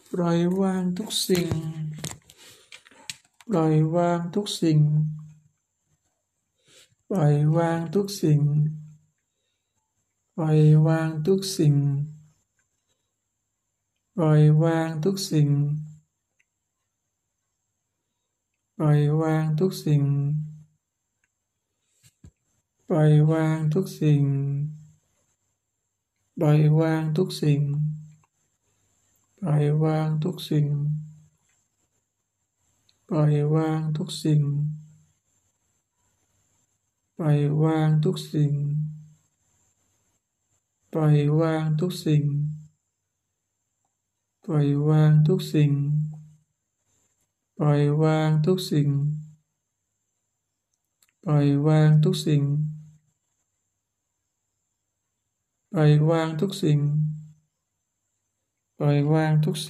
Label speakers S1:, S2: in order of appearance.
S1: ปล่อยวางทุกสิ่งปล่อยวางทุกสิ่งปล่อยวางทุกสิ่งปล่อยวางทุกสิ่งปล่อยวางทุกสิ่งปล่อยวางทุกสิ่งปล่อยวางทุกสิ่งปล่อยวางทุกสิ่งปล่อยวางทุกสิ่งปล่อยวางทุกสิ่งปล่อยวางทุกสิ่งปล่อยวางทุกสิ่งปล่อยวางทุกสิ่งปล่อยวางทุกสิ่งปล่อยวางทุกสิ่งปล่อยวางทุกสิ่งปล่อยวางทุกสิ่ง